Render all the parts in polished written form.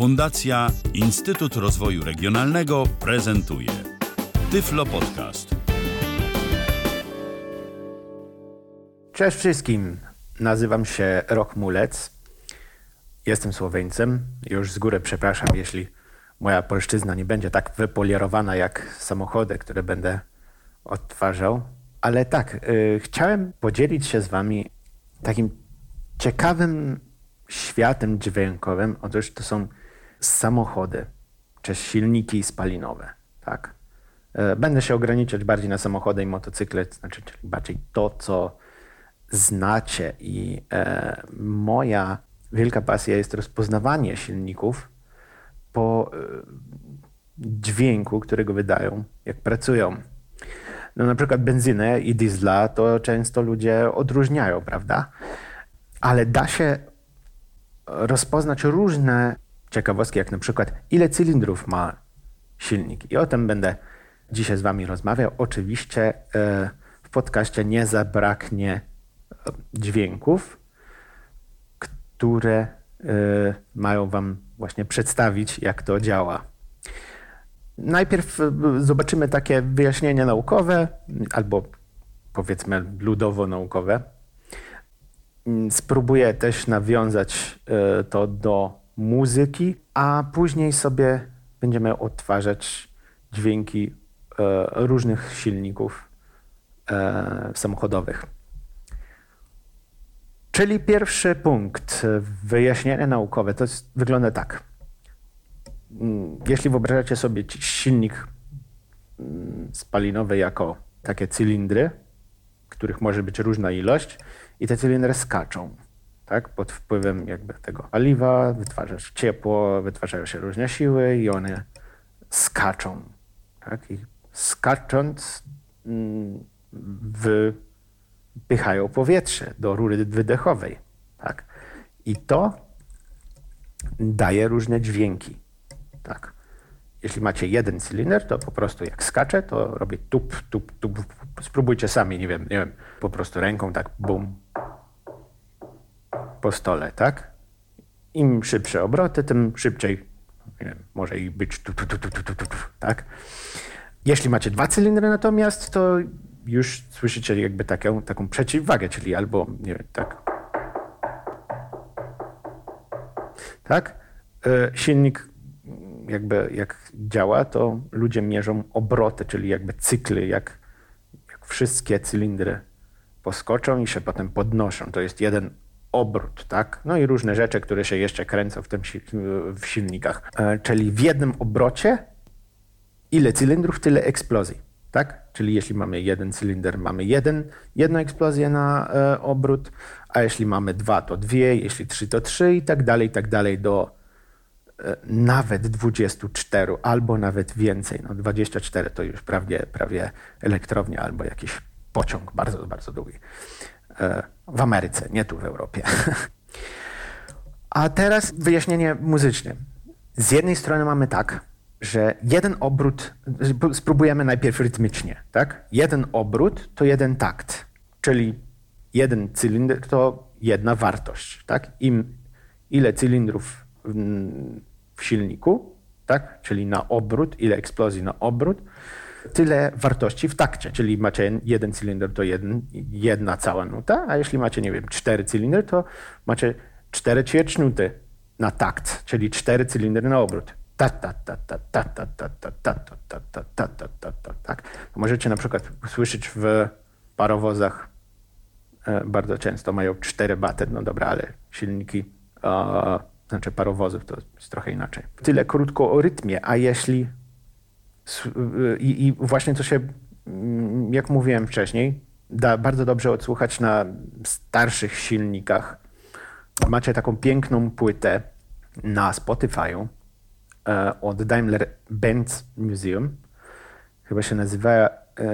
Fundacja Instytut Rozwoju Regionalnego prezentuje Tyflo Podcast. Cześć wszystkim, nazywam się Rok Mulec, jestem Słoweńcem. Już z góry przepraszam, jeśli moja polszczyzna nie będzie tak wypolierowana jak samochody, które będę odtwarzał. Ale tak, chciałem podzielić się z wami takim ciekawym światem dźwiękowym. Otóż to są samochody, czy silniki spalinowe, tak? Będę się ograniczać bardziej na samochody i motocykle, czyli bardziej to, co znacie. I moja wielka pasja jest rozpoznawanie silników po dźwięku, którego wydają, jak pracują. No, na przykład benzynę i diesla to często ludzie odróżniają, prawda? Ale da się rozpoznać różne ciekawostki, jak na przykład ile cylindrów ma silnik. I o tym będę dzisiaj z wami rozmawiał. Oczywiście w podcaście nie zabraknie dźwięków, które mają wam właśnie przedstawić, jak to działa. Najpierw zobaczymy takie wyjaśnienia naukowe, albo powiedzmy ludowo-naukowe. Spróbuję też nawiązać to do muzyki, a później sobie będziemy odtwarzać dźwięki różnych silników samochodowych. Czyli pierwszy punkt, wyjaśnienie naukowe, wygląda tak. Jeśli wyobrażacie sobie silnik spalinowy jako takie cylindry, których może być różna ilość, i te cylindry skaczą, tak? Pod wpływem jakby tego paliwa wytwarza się ciepło, wytwarzają się różne siły i one skaczą, tak? I skacząc wypychają powietrze do rury wydechowej, tak? I to daje różne dźwięki, tak? Jeśli macie jeden cylinder, to po prostu jak skacze, to robi tup, tup, tup. Spróbujcie sami, nie wiem, po prostu ręką tak bum po stole, tak? Im szybsze obroty, tym szybciej, nie wiem, może i być tu, tak? Jeśli macie dwa cylindry natomiast, to już słyszycie jakby taką przeciwwagę, czyli albo, nie wiem, tak? Silnik jakby jak działa, to ludzie mierzą obroty, czyli jakby cykly, jak wszystkie cylindry poskoczą i się potem podnoszą. To jest jeden obrót, tak? No i różne rzeczy, które się jeszcze kręcą w silnikach. Czyli w jednym obrocie ile cylindrów, tyle eksplozji, tak? Czyli jeśli mamy jeden cylinder, mamy jedną eksplozję na obrót, a jeśli mamy dwa, to dwie, jeśli trzy, to trzy i tak dalej do nawet 24 albo nawet więcej. No 24 to już prawie elektrownia albo jakiś pociąg bardzo, bardzo długi. W Ameryce, nie tu w Europie. A teraz wyjaśnienie muzyczne. Z jednej strony mamy tak, że jeden obrót, spróbujemy najpierw rytmicznie, tak? Jeden obrót to jeden takt, czyli jeden cylinder to jedna wartość, tak? Ile cylindrów w silniku, tak? Czyli na obrót, ile eksplozji na obrót, tyle wartości w takcie, czyli macie jeden cylinder to jedna cała nuta, a jeśli macie, nie wiem, 4 cylindry, to macie 4 ćwierćnuty na takt, czyli 4 cylindry na obrót. Tak? Możecie na przykład słyszeć w parowozach, bardzo często mają 4 baty, no dobra, ale silniki znaczy parowozów to jest trochę inaczej. Tyle krótko o rytmie, a jeśli i właśnie to się, jak mówiłem wcześniej, da bardzo dobrze odsłuchać na starszych silnikach. Macie taką piękną płytę na Spotify'u od Daimler-Benz Museum. Chyba się nazywa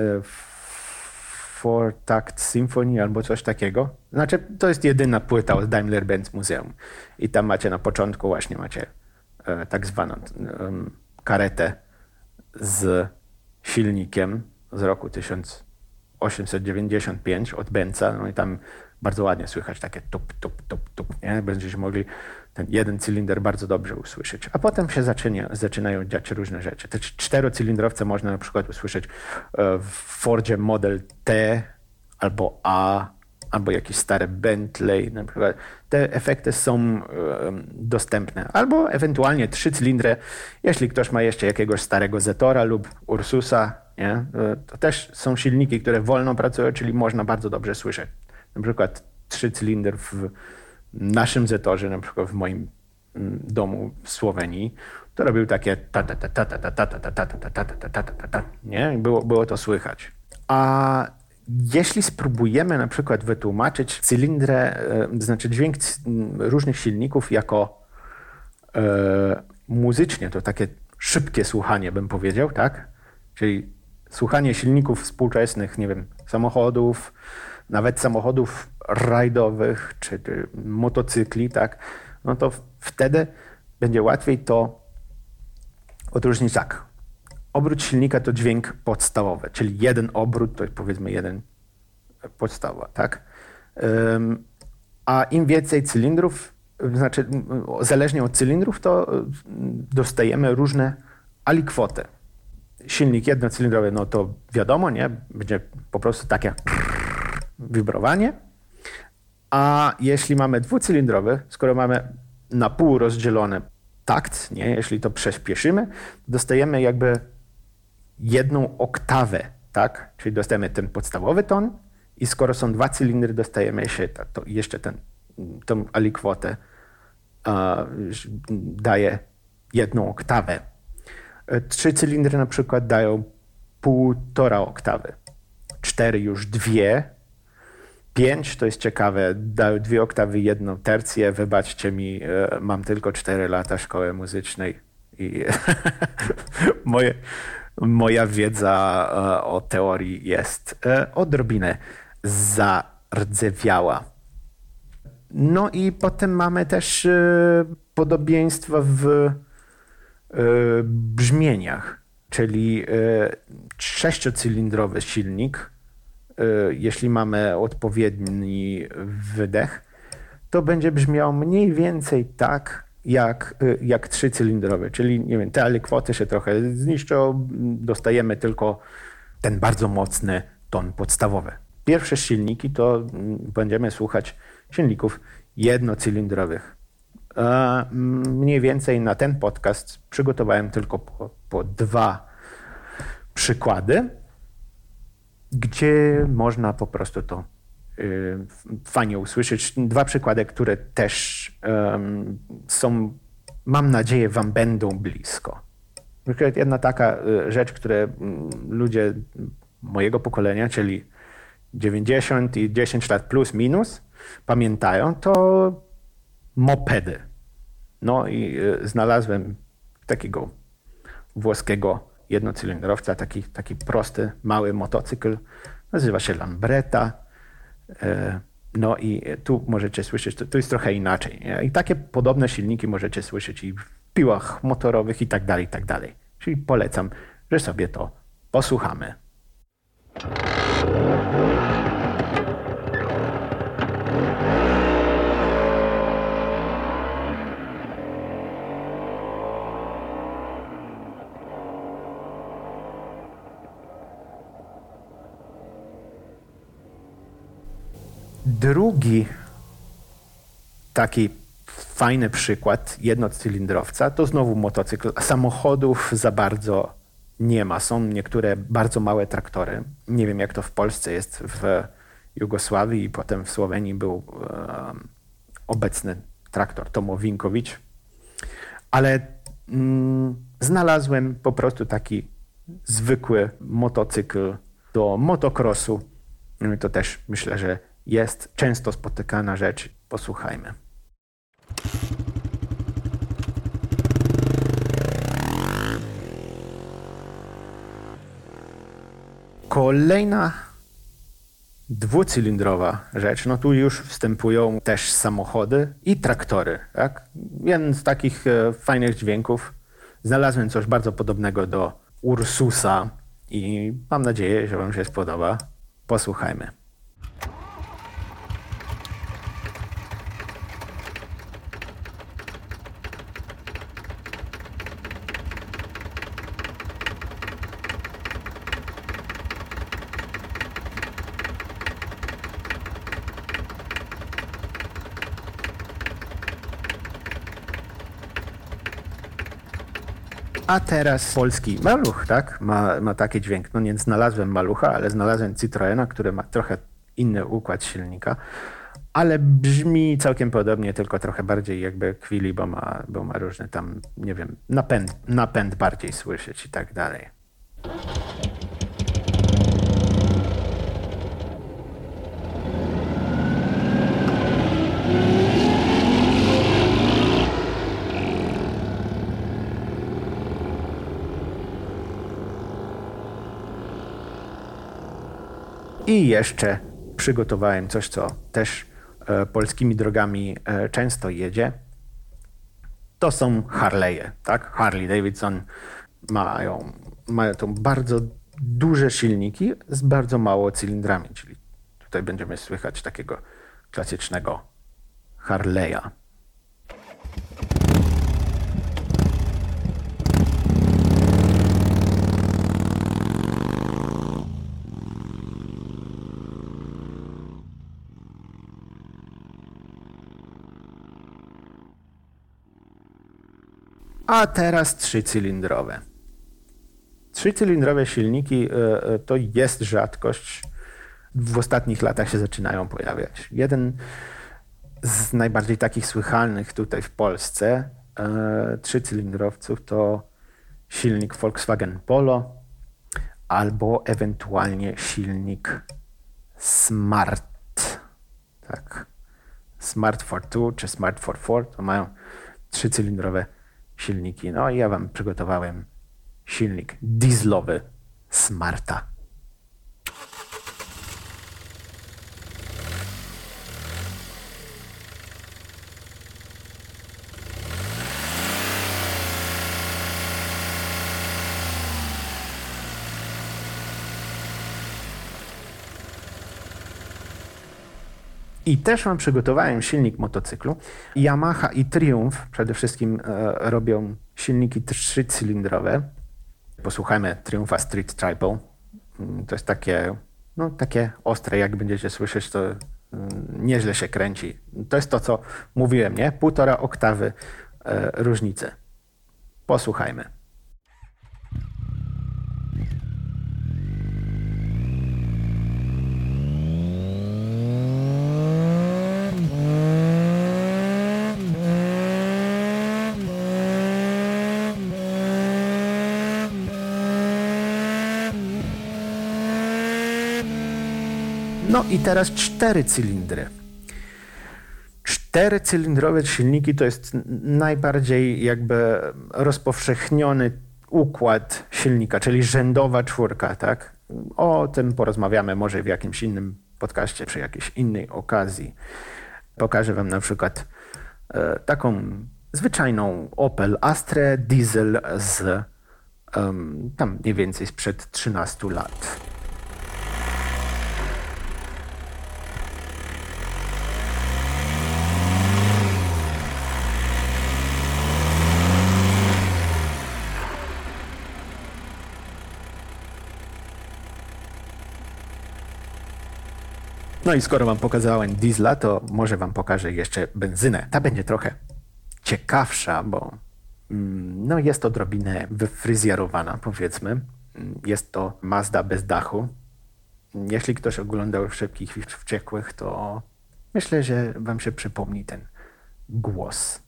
Four Tact Symphony albo coś takiego. Znaczy, to jest jedyna płyta od Daimler-Benz Museum. I tam macie na początku właśnie tak zwaną karetę z silnikiem z roku 1895 od Benza. No i tam bardzo ładnie słychać takie tup, tup, tup, tup, nie? Będziecie mogli ten jeden cylinder bardzo dobrze usłyszeć. A potem się zaczynają dziać różne rzeczy. Te 4-cylindrowce można na przykład usłyszeć w Fordzie Model T albo A, albo jakieś stare Bentley na przykład. Te efekty są dostępne. Albo ewentualnie 3 cylindry, jeśli ktoś ma jeszcze jakiegoś starego Zetora lub Ursusa, nie? To też są silniki, które wolno pracują, czyli można bardzo dobrze słyszeć. Na przykład 3 cylindry w naszym Zetorze, na przykład w moim domu w Słowenii, to robił takie nie? Było to słychać. A jeśli spróbujemy na przykład wytłumaczyć cylindrę, znaczy dźwięk różnych silników jako muzycznie, to takie szybkie słuchanie bym powiedział, tak? Czyli słuchanie silników współczesnych, nie wiem, samochodów, nawet samochodów rajdowych czy motocykli, tak? No to wtedy będzie łatwiej to odróżnić tak. Obrót silnika to dźwięk podstawowy, czyli jeden obrót to powiedzmy jeden podstawa, tak? A im więcej cylindrów, znaczy zależnie od cylindrów, to dostajemy różne alikwoty. Silnik jednocylindrowy, no to wiadomo, nie? Będzie po prostu takie wibrowanie. A jeśli mamy dwucylindrowy, skoro mamy na pół rozdzielony takt, nie? Jeśli to przyspieszymy, dostajemy jakby jedną oktawę, tak? Czyli dostajemy ten podstawowy ton i skoro są 2 cylindry, dostajemy jeszcze tą alikwotę daje jedną oktawę. 3 cylindry na przykład dają 1,5 oktawy. 4 już 2. 5 to jest ciekawe, dają 2 oktawy, 1 tercję. Wybaczcie mi, mam tylko 4 lata szkoły muzycznej i moja wiedza o teorii jest odrobinę zardzewiała. No i potem mamy też podobieństwa w brzmieniach, czyli 6-cylindrowy silnik, jeśli mamy odpowiedni wydech, to będzie brzmiał mniej więcej tak, jak 3-cylindrowy, czyli nie wiem, te alikwoty się trochę zniszczą, dostajemy tylko ten bardzo mocny ton podstawowy. Pierwsze silniki to będziemy słuchać silników jednocylindrowych. Mniej więcej na ten podcast przygotowałem tylko po 2 przykłady, gdzie można po prostu to fajnie usłyszeć. 2 przykłady, które też są, mam nadzieję, wam będą blisko. Na przykład jedna taka rzecz, które ludzie mojego pokolenia, czyli 90 i 10 lat plus minus, pamiętają, to mopedy. No i znalazłem takiego włoskiego jednocylindrowca, taki prosty, mały motocykl. Nazywa się Lambretta. No i tu możecie słyszeć, to jest trochę inaczej. Nie? I takie podobne silniki możecie słyszeć i w piłach motorowych i tak dalej, i tak dalej. Czyli polecam, że sobie to posłuchamy. Drugi taki fajny przykład jednocylindrowca to znowu motocykl. Samochodów za bardzo nie ma. Są niektóre bardzo małe traktory. Nie wiem, jak to w Polsce jest. W Jugosławii i potem w Słowenii był obecny traktor Tomo Vinkowicz. Ale znalazłem po prostu taki zwykły motocykl do motocrossu. To też myślę, że jest często spotykana rzecz. Posłuchajmy. Kolejna dwucylindrowa rzecz, no tu już wstępują też samochody i traktory. Tak? Jeden z takich fajnych dźwięków. Znalazłem coś bardzo podobnego do Ursusa i mam nadzieję, że wam się spodoba. Posłuchajmy. A teraz polski Maluch, tak? Ma taki dźwięk. No nie znalazłem Malucha, ale znalazłem Citroena, który ma trochę inny układ silnika, ale brzmi całkiem podobnie, tylko trochę bardziej jakby kwili, bo ma różne tam, nie wiem, napęd bardziej słyszeć i tak dalej. I jeszcze przygotowałem coś, co też polskimi drogami często jedzie. To są Harley'e, tak? Harley Davidson mają to bardzo duże silniki z bardzo mało cylindrami, czyli tutaj będziemy słychać takiego klasycznego Harley'a. A teraz trzycylindrowe. Trzycylindrowe silniki to jest rzadkość. W ostatnich latach się zaczynają pojawiać. Jeden z najbardziej takich słychalnych tutaj w Polsce trzycylindrowców to silnik Volkswagen Polo albo ewentualnie silnik Smart. Tak. Smart Fortwo czy Smart Fortwo to mają trzycylindrowe silniki. No i ja wam przygotowałem silnik dieslowy Smarta. I też wam przygotowałem silnik motocyklu. Yamaha i Triumph przede wszystkim robią silniki trzycylindrowe. Posłuchajmy Triumpha Street Triple. To jest takie ostre, jak będziecie słyszeć, to nieźle się kręci. To jest to, co mówiłem, nie? 1,5 oktawy różnicy. Posłuchajmy. No i teraz 4 cylindry. 4-cylindrowe silniki to jest najbardziej jakby rozpowszechniony układ silnika, czyli rzędowa czwórka, tak? O tym porozmawiamy może w jakimś innym podcaście, przy jakiejś innej okazji. Pokażę wam na przykład taką zwyczajną Opel Astrę diesel z tam mniej więcej sprzed 13 lat. No i skoro wam pokazałem diesla, to może wam pokażę jeszcze benzynę. Ta będzie trochę ciekawsza, bo jest odrobinę wyfryzjerowana, powiedzmy. Jest to Mazda bez dachu. Jeśli ktoś oglądał Szybkich i Wściekłych, to myślę, że wam się przypomni ten głos.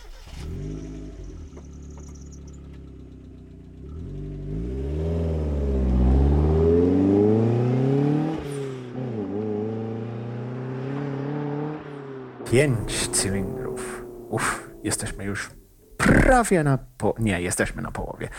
Pięć cylindrów. Jesteśmy już prawie jesteśmy na połowie.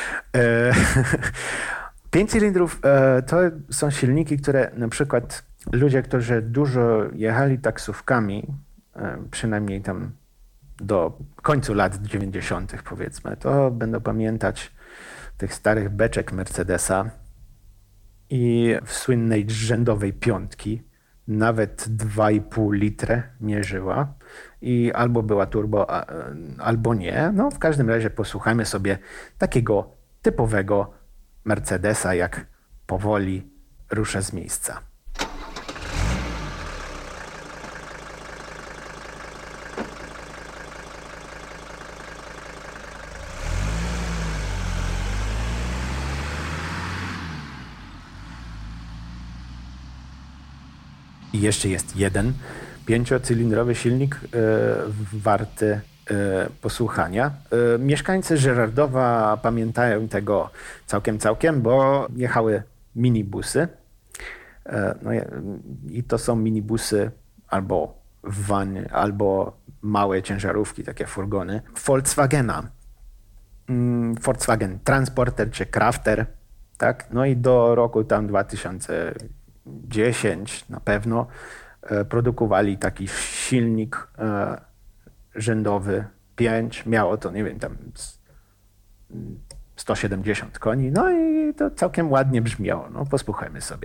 5 cylindrów to są silniki, które na przykład ludzie, którzy dużo jechali taksówkami, przynajmniej tam do końca lat 90. powiedzmy, to będą pamiętać tych starych beczek Mercedesa i w słynnej rzędowej piątki nawet 2,5 litra mierzyła i albo była turbo, albo nie. No w każdym razie posłuchajmy sobie takiego typowego Mercedesa, jak powoli rusza z miejsca. jeszcze jest jeden 5-cylindrowy silnik warty posłuchania. Mieszkańcy Żyrardowa pamiętają tego całkiem, bo jechały minibusy. I to są minibusy albo van, albo małe ciężarówki, takie furgony Volkswagena. Volkswagen Transporter czy Crafter, tak? No i do roku tam 2010 na pewno produkowali taki silnik rzędowy 5. Miało to, nie wiem, tam 170 koni. No i to całkiem ładnie brzmiało. No, posłuchajmy sobie.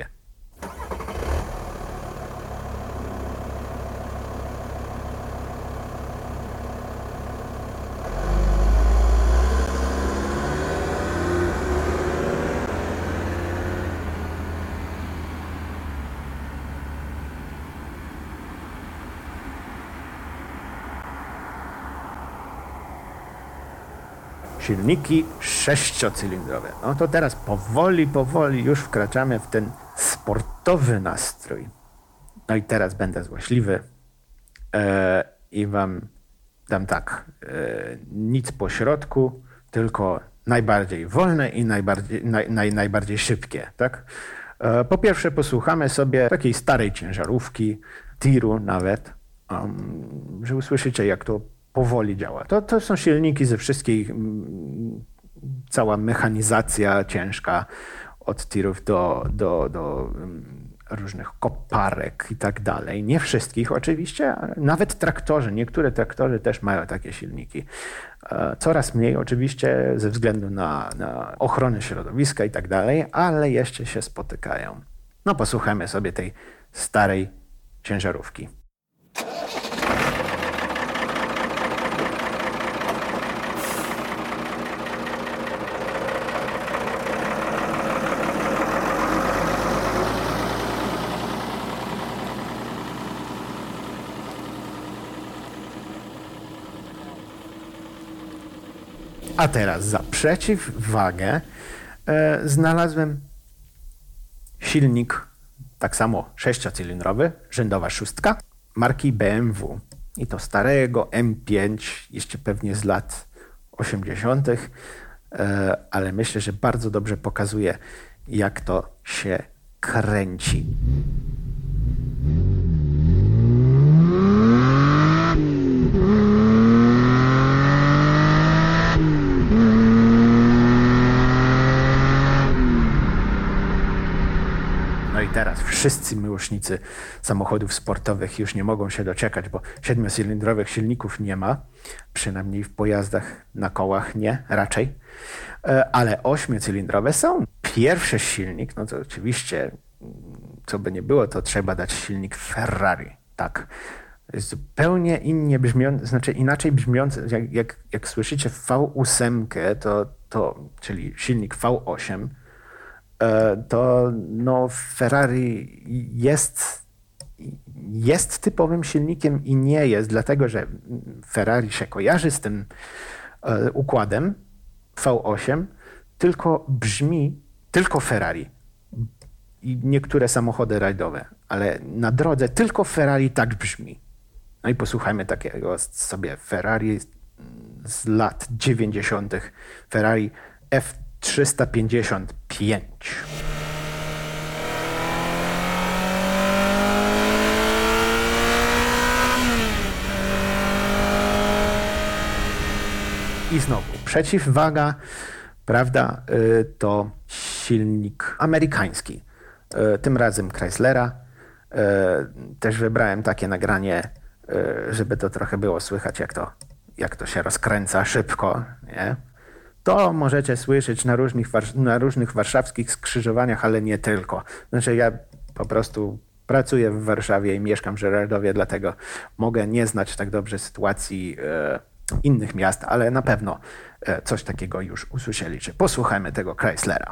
Silniki 6-cylindrowe. No to teraz powoli już wkraczamy w ten sportowy nastrój. No i teraz będę złośliwy i wam dam tak, nic po środku, tylko najbardziej wolne i najbardziej szybkie. Tak? Po pierwsze posłuchamy sobie takiej starej ciężarówki, tiru nawet, że usłyszycie, jak to powoli działa. To są silniki ze wszystkich, cała mechanizacja ciężka, od tirów do różnych koparek i tak dalej. Nie wszystkich oczywiście, ale nawet traktorzy. Niektóre traktory też mają takie silniki. Coraz mniej oczywiście ze względu na ochronę środowiska i tak dalej, ale jeszcze się spotykają. No posłuchajmy sobie tej starej ciężarówki. A teraz za przeciwwagę znalazłem silnik, tak samo 6-cylindrowy, rzędowa 6, marki BMW. I to starego M5, jeszcze pewnie z lat 80., ale myślę, że bardzo dobrze pokazuje, jak to się kręci. No i teraz wszyscy miłośnicy samochodów sportowych już nie mogą się doczekać, bo 7-cylindrowych silników nie ma, przynajmniej w pojazdach na kołach nie, raczej, ale 8-cylindrowe są. Pierwszy silnik, no to oczywiście, co by nie było, to trzeba dać silnik Ferrari, tak. Jest zupełnie innie brzmiący, znaczy inaczej brzmiący, jak słyszycie V8, czyli silnik V8, to no Ferrari jest typowym silnikiem i nie jest, dlatego że Ferrari się kojarzy z tym układem V8, tylko brzmi tylko Ferrari i niektóre samochody rajdowe, ale na drodze tylko Ferrari tak brzmi. No i posłuchajmy takiego sobie Ferrari z lat 90. Ferrari F355. I znowu przeciwwaga, prawda, to silnik amerykański, tym razem Chryslera. Też wybrałem takie nagranie, żeby to trochę było słychać, jak to się rozkręca szybko, nie? To możecie słyszeć na różnych warszawskich skrzyżowaniach, ale nie tylko. Znaczy ja po prostu pracuję w Warszawie i mieszkam w Żyrardowie, dlatego mogę nie znać tak dobrze sytuacji innych miast, ale na pewno coś takiego już usłyszeliście. Posłuchajmy tego Chryslera.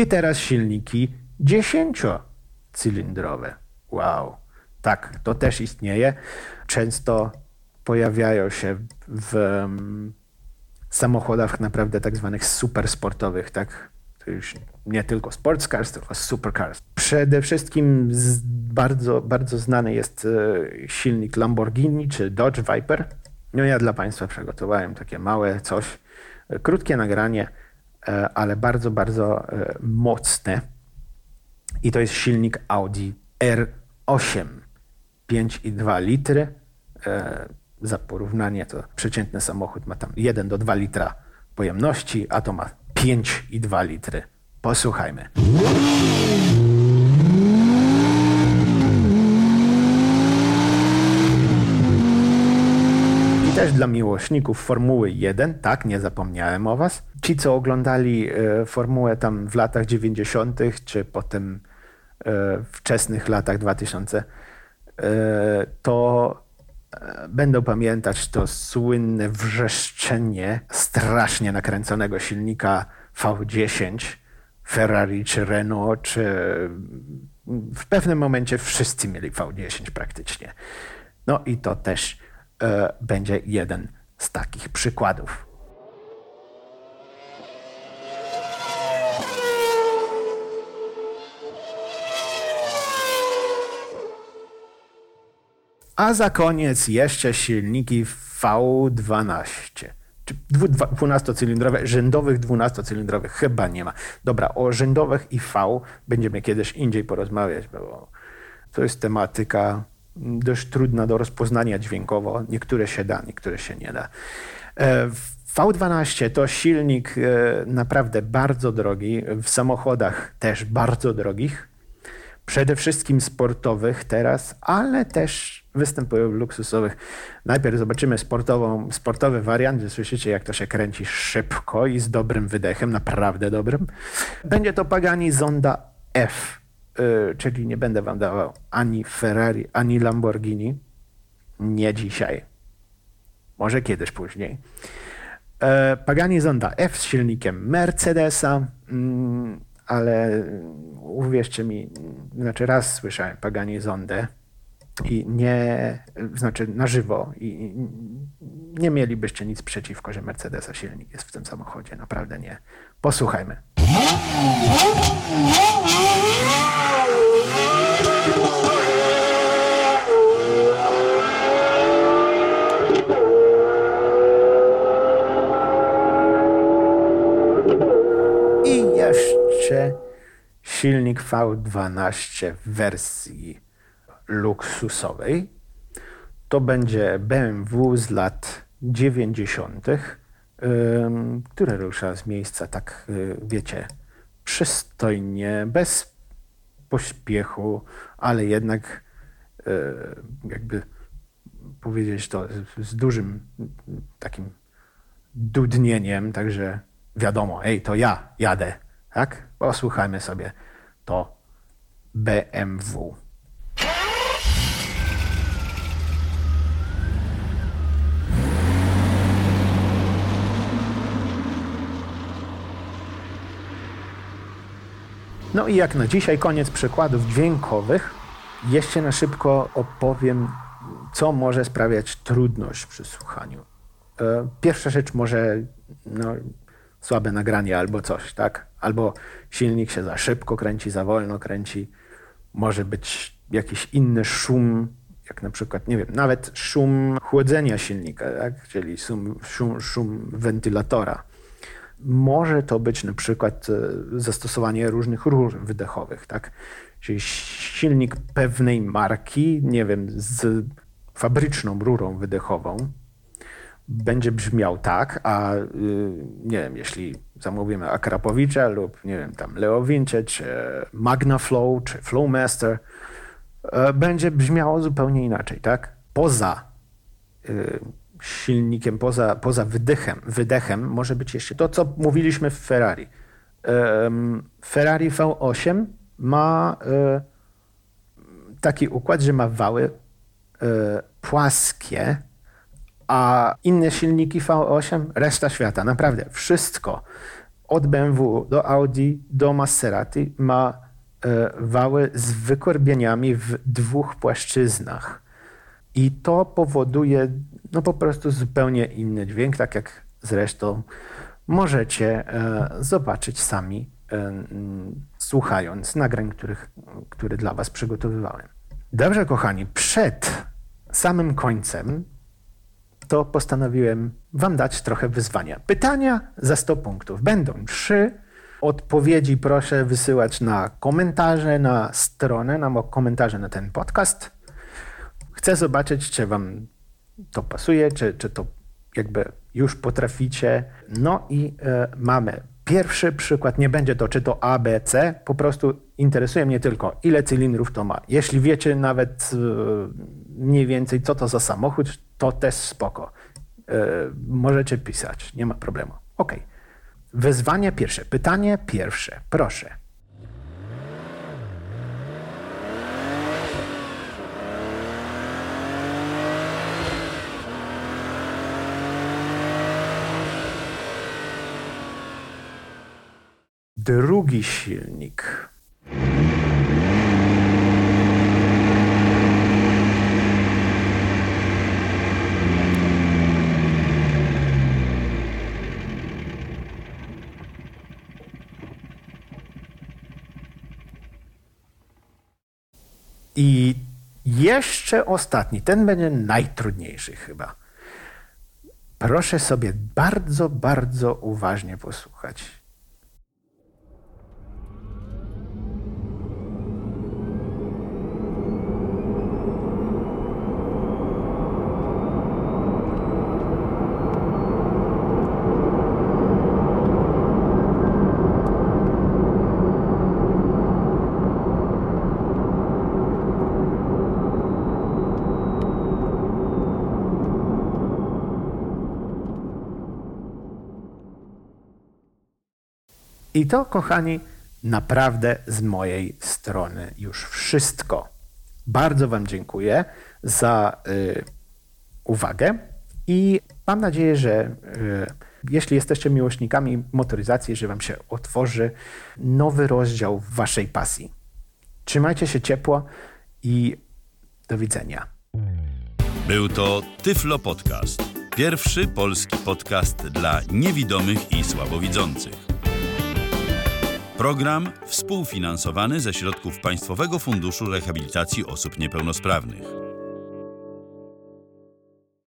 I teraz silniki 10-cylindrowe. Wow. Tak, to też istnieje. Często pojawiają się w samochodach naprawdę tak zwanych supersportowych, tak? To już nie tylko sports cars, tylko supercars. Przede wszystkim bardzo, bardzo znany jest silnik Lamborghini czy Dodge Viper. No ja dla Państwa przygotowałem takie małe coś, krótkie nagranie, ale bardzo, bardzo mocne. I to jest silnik Audi R8, 5,2 litry. Za porównanie to przeciętny samochód ma tam 1 do 2 litra pojemności, a to ma 5,2 litry. Posłuchajmy. I też dla miłośników Formuły 1, tak, nie zapomniałem o was. Ci, co oglądali Formułę tam w latach 90., czy potem wczesnych latach 2000, to będą pamiętać to słynne wrzeszczenie strasznie nakręconego silnika V10 Ferrari czy Renault, czy w pewnym momencie wszyscy mieli V10 praktycznie. No i to też będzie jeden z takich przykładów. A za koniec jeszcze silniki V12. Czy 12-cylindrowe, rzędowych 12-cylindrowych chyba nie ma. Dobra, o rzędowych i V będziemy kiedyś indziej porozmawiać, bo to jest tematyka dość trudna do rozpoznania dźwiękowo. Niektóre się da, niektóre się nie da. V12 to silnik naprawdę bardzo drogi, w samochodach też bardzo drogich. Przede wszystkim sportowych teraz, ale też występują w luksusowych. Najpierw zobaczymy sportowy wariant. Słyszycie, jak to się kręci szybko i z dobrym wydechem, naprawdę dobrym. Będzie to Pagani Zonda F, czyli nie będę wam dawał ani Ferrari, ani Lamborghini. Nie dzisiaj. Może kiedyś później. Pagani Zonda F z silnikiem Mercedesa, ale uwierzcie mi, znaczy raz słyszałem Pagani Zondę i na żywo i nie mielibyście nic przeciwko, że Mercedesa silnik jest w tym samochodzie, naprawdę nie. Posłuchajmy. I jeszcze silnik V12 w wersji luksusowej. To będzie BMW z lat 90., które rusza z miejsca tak, wiecie, przystojnie, bez pośpiechu, ale jednak jakby powiedzieć to z dużym takim dudnieniem, także wiadomo, to ja jadę, tak? Posłuchajmy sobie to BMW. No i jak na dzisiaj koniec przykładów dźwiękowych. Jeszcze na szybko opowiem, co może sprawiać trudność przy słuchaniu. Pierwsza rzecz może słabe nagranie albo coś, tak? Albo silnik się za szybko kręci, za wolno kręci. Może być jakiś inny szum, jak na przykład, nie wiem, nawet szum chłodzenia silnika, tak? Czyli szum wentylatora. Może to być na przykład zastosowanie różnych rur wydechowych, tak? Czyli silnik pewnej marki, nie wiem, z fabryczną rurą wydechową będzie brzmiał tak, a nie wiem, jeśli zamówimy Akrapowicza lub nie wiem, tam Leowincie, czy Magnaflow, czy Flowmaster, będzie brzmiało zupełnie inaczej, tak? Poza silnikiem, poza wydechem może być jeszcze to, co mówiliśmy w Ferrari. Ferrari V8 ma taki układ, że ma wały płaskie, a inne silniki V8, reszta świata, naprawdę wszystko od BMW do Audi do Maserati ma wały z wykorbieniami w 2 płaszczyznach. I to powoduje po prostu zupełnie inny dźwięk, tak jak zresztą możecie zobaczyć sami, słuchając nagrań, które dla was przygotowywałem. Dobrze, kochani, przed samym końcem to postanowiłem wam dać trochę wyzwania. Pytania za 100 punktów. Będą 3. Odpowiedzi proszę wysyłać na komentarze na stronę, na komentarze na ten podcast. Chcę zobaczyć, czy wam to pasuje, czy to jakby już potraficie. No i mamy pierwszy przykład. Nie będzie to, czy to A, B, C. Po prostu interesuje mnie tylko, ile cylindrów to ma. Jeśli wiecie nawet mniej więcej, co to za samochód, to też spoko. Możecie pisać, nie ma problemu. OK. Wyzwanie pierwsze. Pytanie pierwsze. Proszę. Drugi silnik. I jeszcze ostatni, ten będzie najtrudniejszy chyba. Proszę sobie bardzo, bardzo uważnie posłuchać. I to, kochani, naprawdę z mojej strony już wszystko. Bardzo wam dziękuję za uwagę i mam nadzieję, że jeśli jesteście miłośnikami motoryzacji, że wam się otworzy nowy rozdział w waszej pasji. Trzymajcie się ciepło i do widzenia. Był to Tyflo Podcast. Pierwszy polski podcast dla niewidomych i słabowidzących. Program współfinansowany ze środków Państwowego Funduszu Rehabilitacji Osób Niepełnosprawnych.